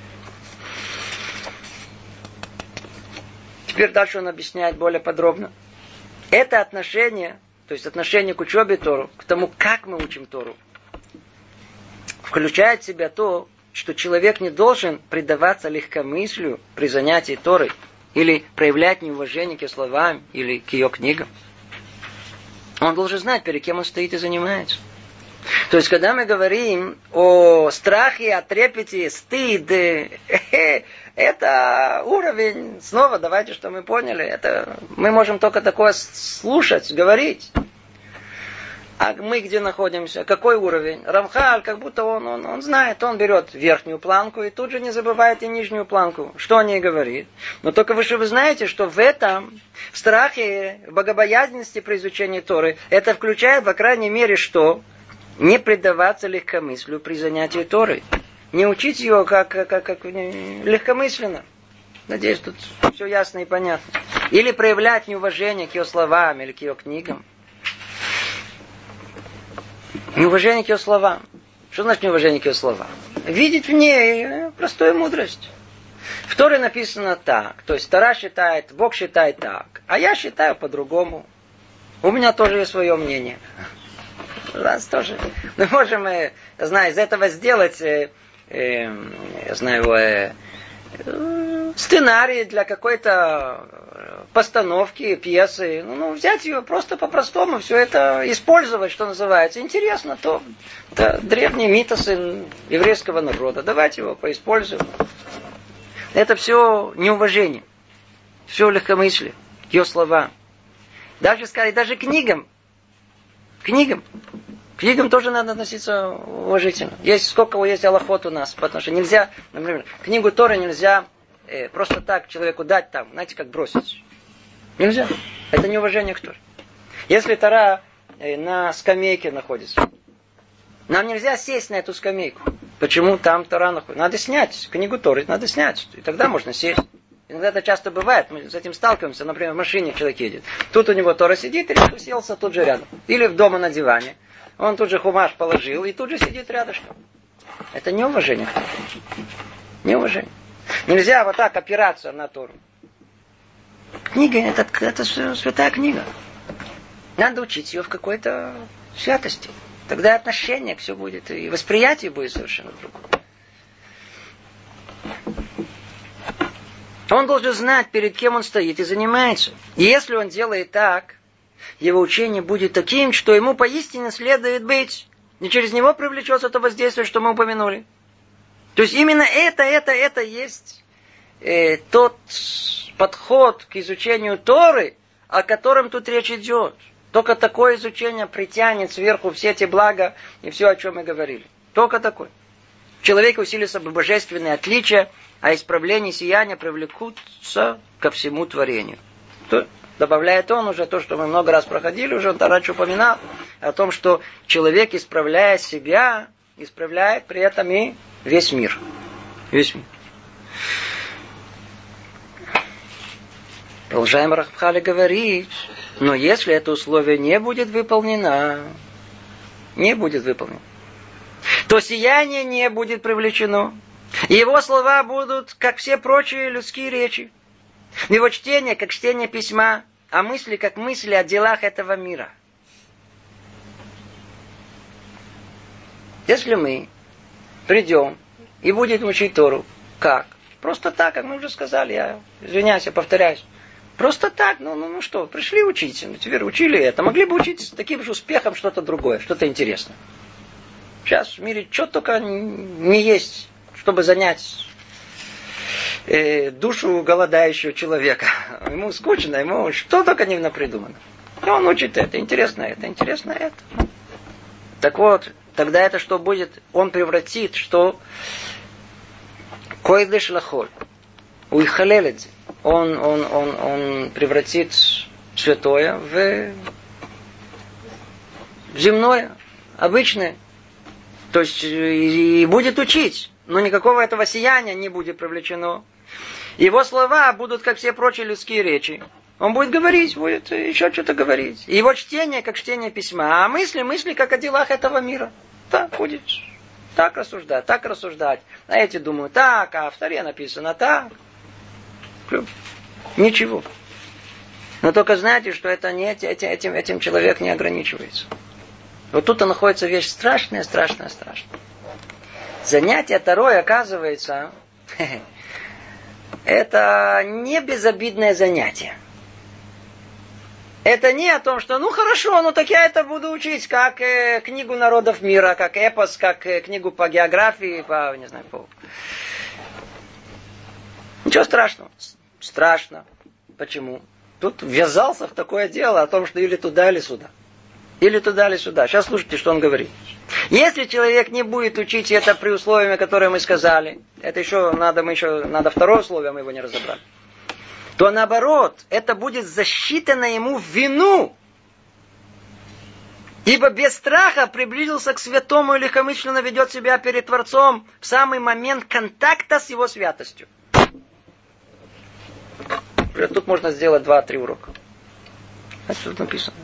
Теперь дальше он объясняет более подробно. Это отношение, то есть отношение к учебе Тору, к тому, как мы учим Тору, включает в себя то, что человек не должен предаваться легкомыслию при занятии Торой или проявлять неуважение к ее словам или к ее книгам. Он должен знать, перед кем он стоит и занимается. То есть, когда мы говорим о страхе, о трепете, стыд, это уровень, снова давайте, что мы поняли, это мы можем только такое слушать, говорить. А мы где находимся? Какой уровень? Рамхаль, как будто он знает, он берет верхнюю планку и тут же не забывает и нижнюю планку. Что он ей говорит? Но только вы знаете, что в этом в страхе, в богобоязненности при изучении Торы, это включает, по крайней мере, что? Не предаваться легкомыслию при занятии Торой. Не учить ее как легкомысленно. Надеюсь, тут все ясно и понятно. Или проявлять неуважение к ее словам или к ее книгам. Неуважение к ее словам. Что значит неуважение к ее словам? Видеть в ней простую мудрость. В Торе написано так. То есть Тора считает, Бог считает так. А я считаю по-другому. У меня тоже есть свое мнение. У нас тоже. Мы можем, из этого сделать, сценарий для какой-то постановки, пьесы. Взять ее просто по-простому, все это использовать, что называется. Интересно, это древние митосы еврейского народа. Давайте его поиспользуем. Это все неуважение. Все легкомыслие. Ее слова. Даже сказать, даже книгам. Книгам тоже надо относиться уважительно. Сколько есть алахот у нас. Потому что нельзя, например, книгу Торы нельзя просто так человеку дать там, знаете, как бросить. Нельзя. Это неуважение к Торе. Если Тора на скамейке находится, нам нельзя сесть на эту скамейку. Почему там Тора находится? Надо снять книгу Торы, надо снять. И тогда можно сесть. Иногда это часто бывает. Мы с этим сталкиваемся. Например, в машине человек едет. Тут у него Тора сидит, и уселся тут же рядом. Или дома на диване. Он тут же хумаш положил, и тут же сидит рядышком. Это неуважение к Торе. Неуважение. Нельзя вот так опираться на Тору. Книга, это святая книга. Надо учить ее в какой-то святости. Тогда отношение к все будет, и восприятие будет совершенно другое. Он должен знать, перед кем он стоит и занимается. И если он делает так, его учение будет таким, что ему поистине следует быть. И через него привлечется то воздействие, что мы упомянули. То есть именно это есть тот подход к изучению Торы, о котором тут речь идет. Только такое изучение притянет сверху все эти блага и все, о чем мы говорили. Только такое. В человеке усилится божественные отличия, а исправление и сияние привлекутся ко всему творению. То добавляет он уже то, что мы много раз проходили, уже он раньше упоминал, о том, что человек, исправляя себя, исправляет при этом и весь мир. Весь мир. Продолжаем Рамхаль говорить, но если это условие не будет выполнено, то сияние не будет привлечено. И его слова будут, как все прочие людские речи. Его чтение, как чтение письма, а мысли, как мысли о делах этого мира. Если мы придем и будем учить Тору, как? Просто так, как мы уже сказали, я извиняюсь, я повторяюсь. Просто так, ну что, пришли учить, теперь учили это. Могли бы учить с таким же успехом что-то другое, что-то интересное. Сейчас в мире что только не есть, чтобы занять душу голодающего человека. Ему скучно, ему что только не придумано. И он учит это, интересно это, интересно это. Так вот, тогда это что будет? Он превратит, что койдыш лахоль. Уихалеледзе. Он превратит святое в земное, обычное. То есть и будет учить, но никакого этого сияния не будет привлечено. Его слова будут, как все прочие людские речи. Он будет говорить, будет еще что-то говорить. Его чтение, как чтение письма. А мысли, как о делах этого мира. Так будет. Так рассуждать. А эти думают так, а в Торе написано так. Ничего. Но только знайте, что это не этим человек не ограничивается. Вот тут находится вещь страшная. Занятие Торой, оказывается, это не безобидное занятие. Это не о том, что, хорошо, так я это буду учить, как книгу народов мира, как эпос, как книгу по географии, Ничего страшного. Страшно. Почему? Тут ввязался в такое дело о том, что или туда, или сюда. Или туда, или сюда. Сейчас слушайте, что он говорит. Если человек не будет учить это при условиях, которые мы сказали, это надо второе условие, мы его не разобрали, то наоборот, это будет засчитано ему в вину. Ибо без страха приблизился к святому и легкомысленно ведет себя перед Творцом в самый момент контакта с его святостью. Тут можно сделать 2-3 урока. Это тут написано.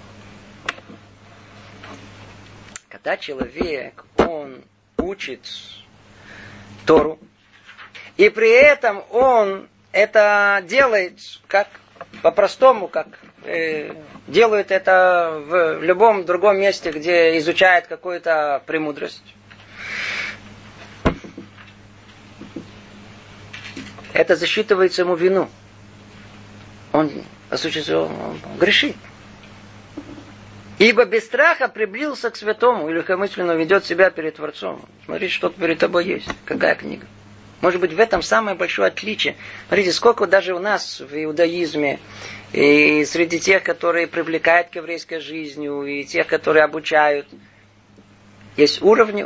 Когда человек, он учит Тору, и при этом он это делает как по-простому, как делают это в любом другом месте, где изучает какую-то премудрость. Это засчитывается ему вину. Он грешит. Ибо без страха приблизился к святому и легкомысленно ведет себя перед Творцом. Смотрите, что перед тобой есть. Какая книга. Может быть, в этом самое большое отличие. Смотрите, сколько даже у нас в иудаизме, и среди тех, которые привлекают к еврейской жизни, и тех, которые обучают, есть уровни.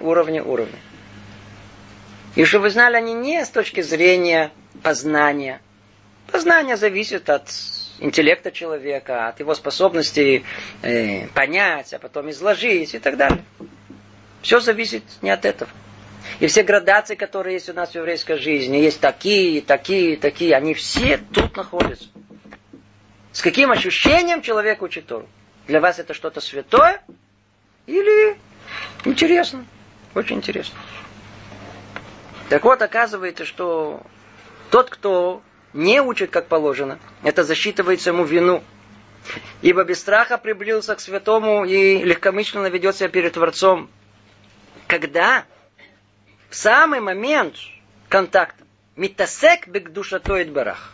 И чтобы вы знали, они не с точки зрения познания. Познание зависит от интеллекта человека, от его способности понять, а потом изложить и так далее. Все зависит не от этого. И все градации, которые есть у нас в еврейской жизни, есть такие, они все тут находятся. С каким ощущением человек учит Тору? Для вас это что-то святое? Или интересно? Очень интересно. Так вот, оказывается, что тот, кто не учит как положено, это засчитывается ему вину. Ибо без страха приблизился к святому и легкомысленно ведет себя перед Творцом. Когда в самый момент контакта митасек бек душато идбарах.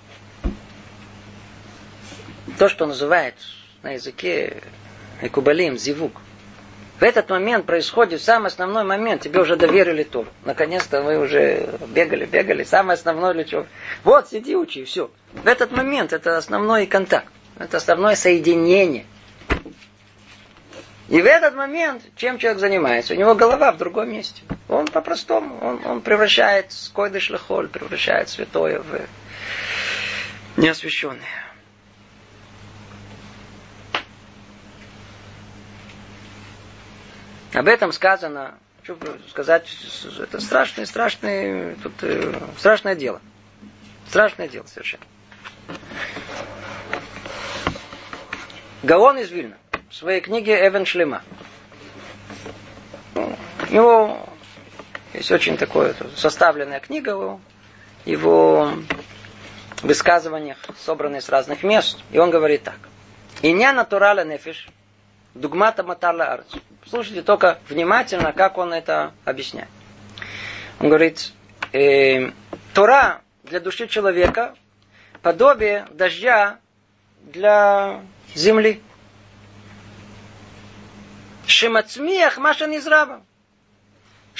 То, что называют на языке экубалим, зивук. В этот момент происходит самый основной момент. Тебе уже доверили Тору. Наконец-то вы уже бегали. Самое основное для чего? Вот, сиди, учи, все. В этот момент это основной контакт. Это основное соединение. И в этот момент, чем человек занимается? У него голова в другом месте. Он по-простому, он превращает койдыш лехоль, превращает святое в неосвященное. Об этом сказано, что сказать, это страшное дело. Страшное дело совершенно. Гаон из Вильна в своей книге Эвен Шлема. У него есть очень такая составленная книга в его высказываниях, собранные с разных мест. И он говорит так. Иня натурала нефиш, дугмата матарла арц. Слушайте только внимательно, как он это объясняет. Он говорит, Тора для души человека подобие дождя для земли. Шимацмиях машан израба.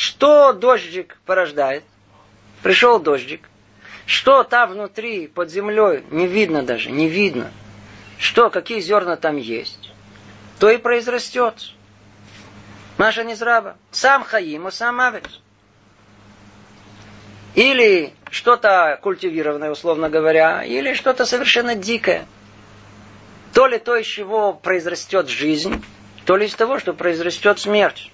Что дождик порождает? Пришел дождик. Что там внутри, под землей, не видно даже, не видно. Что, какие зерна там есть, то и произрастет. Маша Низраба. Сам Хаим, а сам Авет. Или что-то культивированное, условно говоря, или что-то совершенно дикое. То ли то, из чего произрастет жизнь, то ли из того, что произрастет смерть.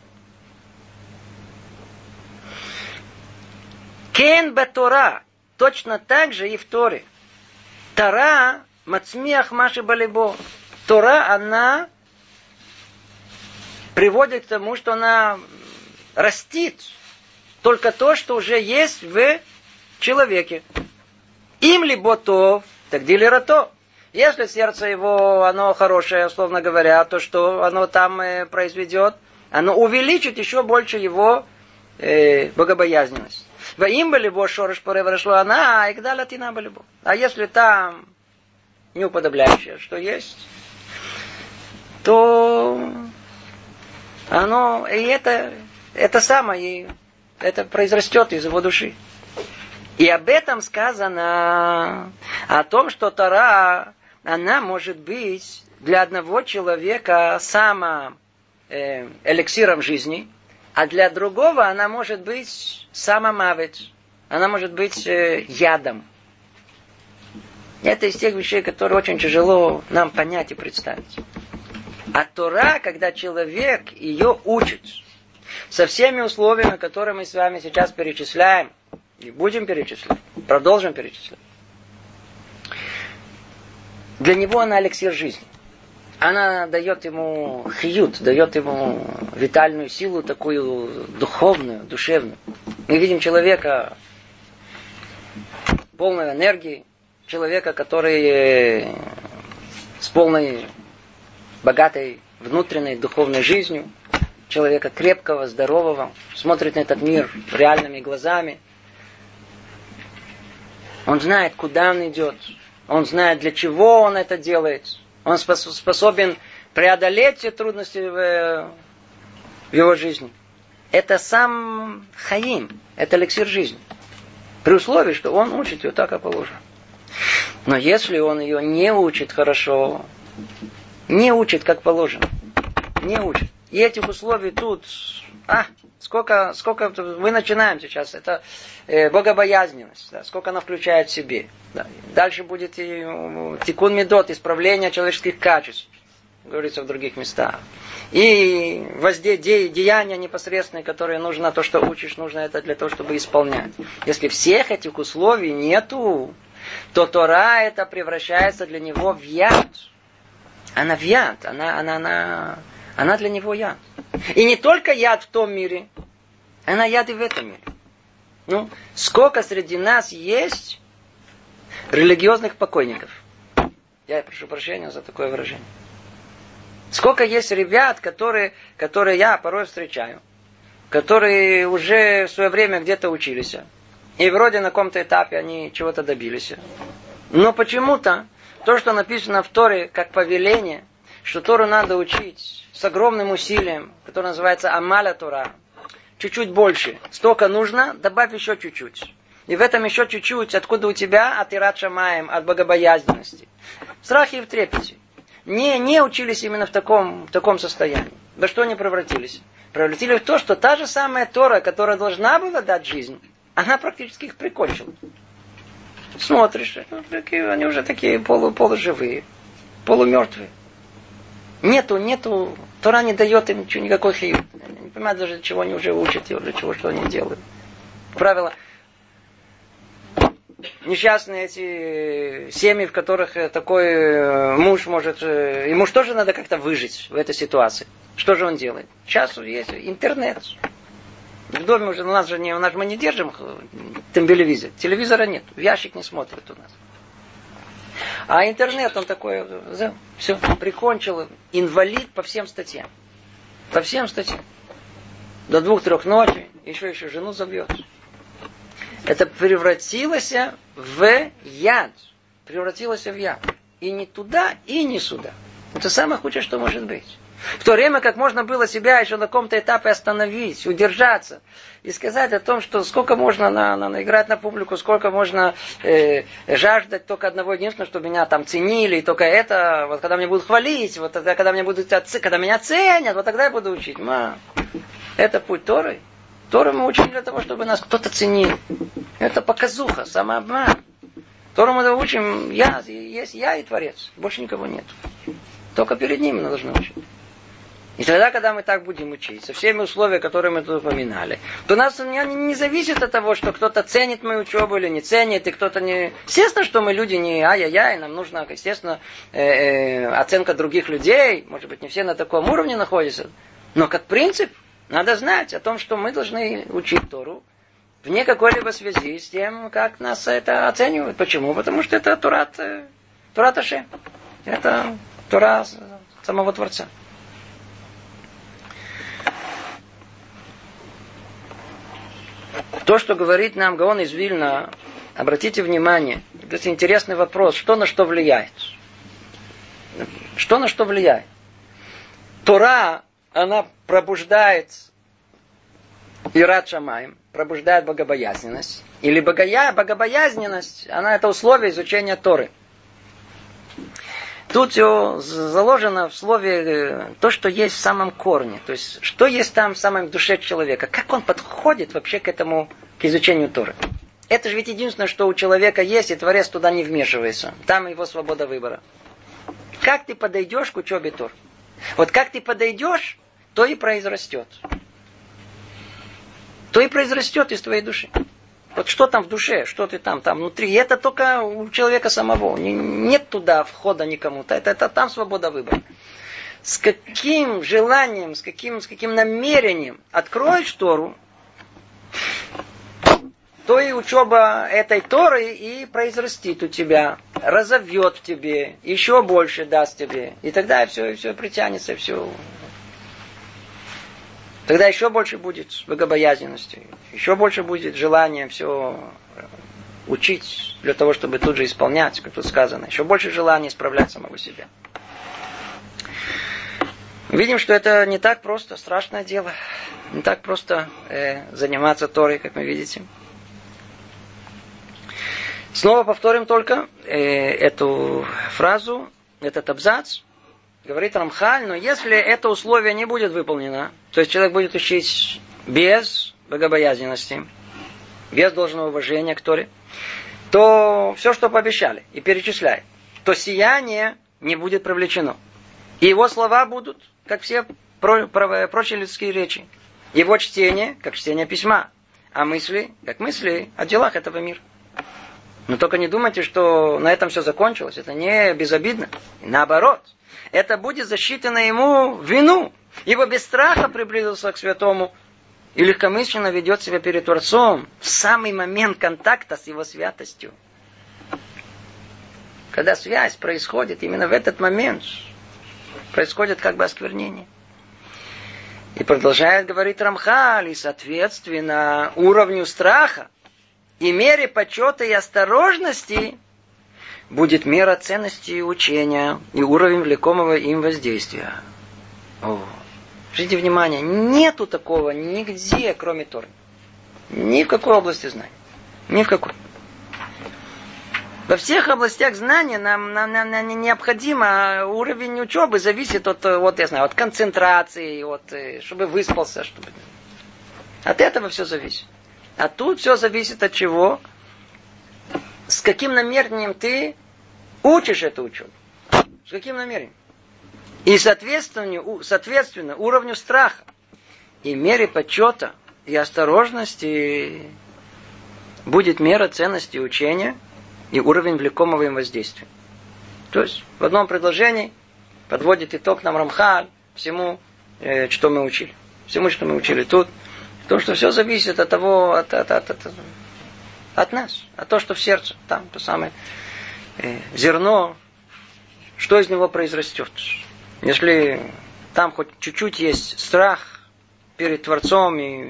Кен бе-Тора. Точно так же и в Торе. Тора мацмиах маши балибо. Тора, она приводит к тому, что она растит только то, что уже есть в человеке. Им либо то, так дилерато. Если сердце его, оно хорошее, условно говоря, то, что оно там произведет, оно увеличит еще больше его богобоязненность. Во им были бо шорыш пореврашло она, и когда латина были бо. А если там неуподобляющее, что есть, то оно, и это самое, это произрастет из его души. И об этом сказано, о том, что Тора, она может быть для одного человека эликсиром жизни, а для другого она может быть самомавет. Она может быть ядом. Это из тех вещей, которые очень тяжело нам понять и представить. А Тора, когда человек ее учит, со всеми условиями, которые мы с вами сейчас перечисляем, и будем перечислять, продолжим перечислять, для него она эликсир жизни. Она дает ему хьют, дает ему витальную силу, такую духовную, душевную. Мы видим человека полной энергии, человека, который с полной, богатой внутренней духовной жизнью, человека крепкого, здорового, смотрит на этот мир реальными глазами. Он знает, куда он идет, он знает, для чего он это делает. Он способен преодолеть все трудности в его жизни. Это сам Хаим, это эликсир жизни. При условии, что он учит ее так, как положено. Но если он ее не учит хорошо, не учит, как положено, не учит. И этих условий тут, сколько мы начинаем сейчас, это богобоязненность, да, сколько она включает в себе. Да. Дальше будет и тикун медот, исправление человеческих качеств, говорится в других местах. И деяния непосредственные, которые нужно, то, что учишь, нужно это для того, чтобы исполнять. Если всех этих условий нету, то Тора это превращается для него в яд. Она в яд, она для него яд. И не только яд в том мире, она яд и в этом мире. Сколько среди нас есть религиозных покойников. Я прошу прощения за такое выражение. Сколько есть ребят, которые я порой встречаю, которые уже в свое время где-то учились. И вроде на каком-то этапе они чего-то добились. Но почему-то то, что написано в Торе как повеление, что Тору надо учить с огромным усилием, которое называется Амаля Тора, чуть-чуть больше. Столько нужно, добавь еще чуть-чуть. И в этом еще чуть-чуть, откуда у тебя? От ират шамаем, от богобоязненности. В страхе и в трепете. Не учились именно в таком состоянии. Во что они превратились? Превратились в то, что та же самая Тора, которая должна была дать жизнь, она практически их прикончила. Смотришь, они уже такие полуживые, полумертвые. Нету, Тора не дает им ничего, никакой хиют. Они не понимают даже, для чего они уже учат, для чего, что они делают. Правило, несчастные эти семьи, в которых такой муж может... И муж тоже надо как-то выжить в этой ситуации. Что же он делает? Сейчас есть интернет. В доме уже у нас мы не держим телевизор. Телевизора нет. В ящик не смотрят у нас. А интернет, он такой, все, прикончил, инвалид по всем статьям. По всем статьям. До 2-3 ночи, еще жену забьет. Это превратилось в яд. Превратилось в яд. И не туда, и не сюда. Это самое худшее, что может быть. В то время как можно было себя еще на каком-то этапе остановить, удержаться и сказать о том, что сколько можно играть на публику, сколько можно жаждать только одного единственного, чтобы меня там ценили, и только это, вот когда меня будут хвалить, вот тогда, когда меня ценят, вот тогда я буду учить. Это путь Торы. Тору мы учим для того, чтобы нас кто-то ценил. Это показуха, самообман. Тору мы учим, есть я и Творец, больше никого нет. Только перед ним мы должны учить. И тогда, когда мы так будем учить, со всеми условиями, которые мы тут упоминали, то нас не зависит от того, что кто-то ценит мою учебу или не ценит, и кто-то не... Естественно, что мы люди не ай-яй-яй, нам нужна, естественно, оценка других людей, может быть, не все на таком уровне находятся, но как принцип надо знать о том, что мы должны учить Тору вне какой-либо связи с тем, как нас это оценивают. Почему? Потому что это Торат Ашем. Это Тора самого Творца. То, что говорит нам Гаон из Вильна, обратите внимание, это интересный вопрос, что на что влияет. Что на что влияет? Тора, она пробуждает ират шамаим, пробуждает богобоязненность. Или богобоязненность, она это условие изучения Торы. Тут все заложено в слове то, что есть в самом корне. То есть, что есть там в самом душе человека. Как он подходит вообще к изучению Торы. Это же ведь единственное, что у человека есть, и Творец туда не вмешивается. Там его свобода выбора. Как ты подойдешь к учебе Тор? Вот как ты подойдешь, то и произрастет. То и произрастет из твоей души. Вот что там в душе, что ты там внутри. И это только у человека самого. Нет туда входа никому. Это там свобода выбора. С каким желанием, с каким намерением откроешь Тору, то и учеба этой Торы и произрастит у тебя, разовьет в тебе, еще больше даст тебе. И тогда все притянется, все. Тогда еще больше будет богобоязненности, еще больше будет желания все учить для того, чтобы тут же исполнять, как тут сказано. Еще больше желания исправлять самого себя. Видим, что это не так просто, страшное дело. Не так просто заниматься Торой, как вы видите. Снова повторим только эту фразу, этот абзац. Говорит Рамхаль, но если это условие не будет выполнено, то есть человек будет учить без богобоязненности, без должного уважения к Торе, то все, что пообещали и перечисляет, то сияние не будет привлечено. И его слова будут, как все прочие людские речи. Его чтение, как чтение письма. А мысли, как мысли о делах этого мира. Но только не думайте, что на этом все закончилось. Это не безобидно. Наоборот. Это будет засчитано ему в вину. Ибо без страха приблизился к святому и легкомысленно ведет себя перед Творцом в самый момент контакта с его святостью. Когда связь происходит, именно в этот момент происходит как бы осквернение. И продолжает говорить Рамхаль, и соответственно уровню страха и мере почета и осторожности будет мера ценности учения и уровень влекомого им воздействия. Обратите внимание, нету такого нигде, кроме Торы. Ни в какой области знания. Ни в какой. Во всех областях знания нам необходимо уровень учебы зависит от концентрации, чтобы выспался, от этого все зависит. А тут все зависит от чего? С каким намерением ты учишь эту учебу? С каким намерением? И соответственно уровню страха и мере почета и осторожности будет мера ценности учения и уровень влекомого им воздействия. То есть в одном предложении подводит итог нам Рамхаль всему, что мы учили. Всему, что мы учили тут. Потому что все зависит от того, от нас, от того, что в сердце, там то самое зерно, что из него произрастет. Если там хоть чуть-чуть есть страх перед Творцом, и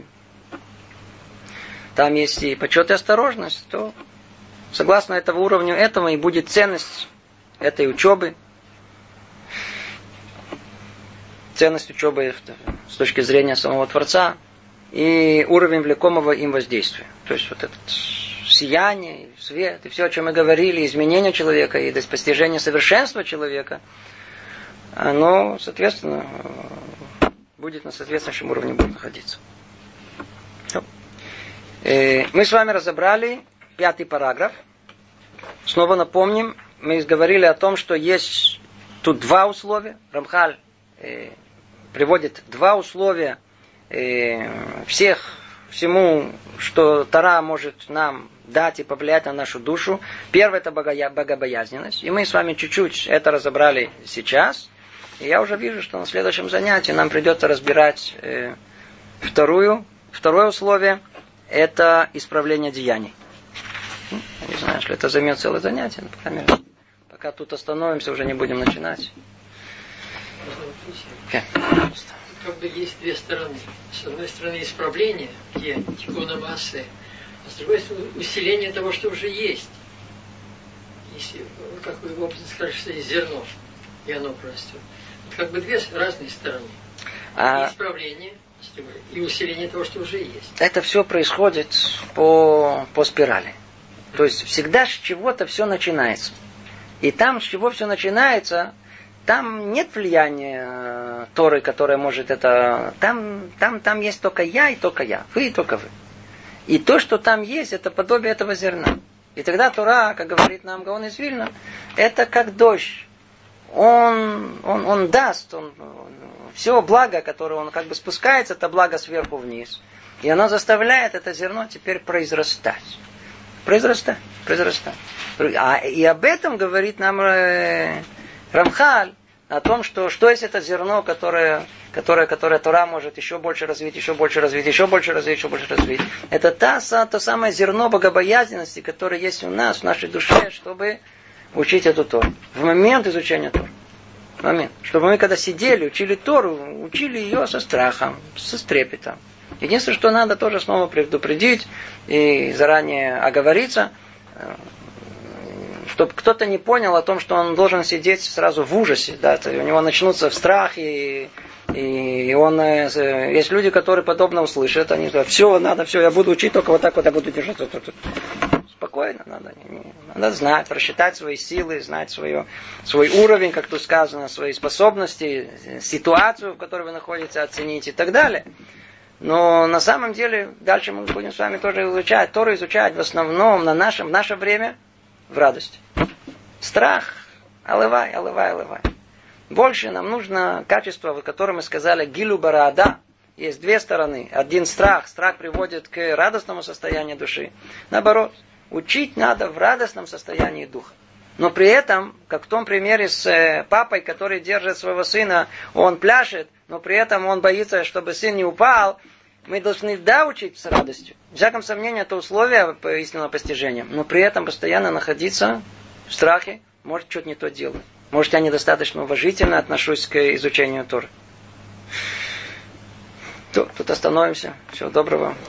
там есть и почет и осторожность, то согласно этого уровню этого и будет ценность этой учебы. ценность учебы с точки зрения самого Творца и уровень влекомого им воздействия. То есть вот это сияние, свет и все, о чем мы говорили, изменение человека и достижение совершенства человека, оно, соответственно, будет на соответствующем уровне будет находиться. Мы с вами разобрали 5-й параграф. Снова напомним, мы говорили о том, что есть тут 2 условия. Рамхаль приводит 2 условия всему, что Тора может нам дать и повлиять на нашу душу. Первое — это богобоязненность. И мы с вами чуть-чуть это разобрали сейчас. И я уже вижу, что на следующем занятии нам придется разбирать второе условие. Это исправление деяний. Я не знаю, что это займет целое занятие, но, по крайней мере, пока тут остановимся, уже не будем начинать. Как бы есть 2 стороны. С одной стороны исправление, где тикуна массы, а с другой стороны усиление того, что уже есть. Если, как вы в опыте скажете, что есть зерно, и оно растет. Как бы 2 разные стороны. И исправление, и усиление того, что уже есть. Это все происходит по спирали. То есть всегда с чего-то все начинается. И там, с чего все начинается, там нет влияния Торы, которая может это... Там есть только я и только я. Вы и только вы. И то, что там есть, это подобие этого зерна. И тогда Тора, как говорит нам Гаон из Вильна, это как дождь. Он даст, все благо, которое он как бы спускается, это благо сверху вниз. И оно заставляет это зерно теперь произрастать. Произрастать. И об этом говорит нам Рамхаль, о том, что есть это зерно, которое Тора может еще больше развить. Это то самое зерно богобоязненности, которое есть у нас, в нашей душе, чтобы учить эту Тору. В момент изучения Торы. Чтобы мы, когда сидели, учили Тору, учили ее со страхом, со трепетом. Единственное, что надо тоже снова предупредить и заранее оговориться, чтобы кто-то не понял о том, что он должен сидеть сразу в ужасе. Да, у него начнутся страхи, и он... Есть люди, которые подобно услышат, они говорят, все, я буду учить, только вот так вот я буду держать. Спокойно, надо знать, рассчитать свои силы, знать свой уровень, как тут сказано, свои способности, ситуацию, в которой вы находитесь, оценить и так далее. Но на самом деле, дальше мы будем с вами тоже изучать. Тору изучать в основном в наше время в радости. Страх, алывай. Больше нам нужно качество, о котором мы сказали, гилу бараада. Есть 2 стороны. Один страх. Страх приводит к радостному состоянию души. Наоборот, учить надо в радостном состоянии духа. Но при этом, как в том примере с папой, который держит своего сына, он пляшет, но при этом он боится, чтобы сын не упал. Мы должны учить с радостью. В всяком сомнении, это условие истинного постижения. Но при этом постоянно находиться в страхе, может, что-то не то делаю. Может, я недостаточно уважительно отношусь к изучению Торы. Тут остановимся. Всего доброго.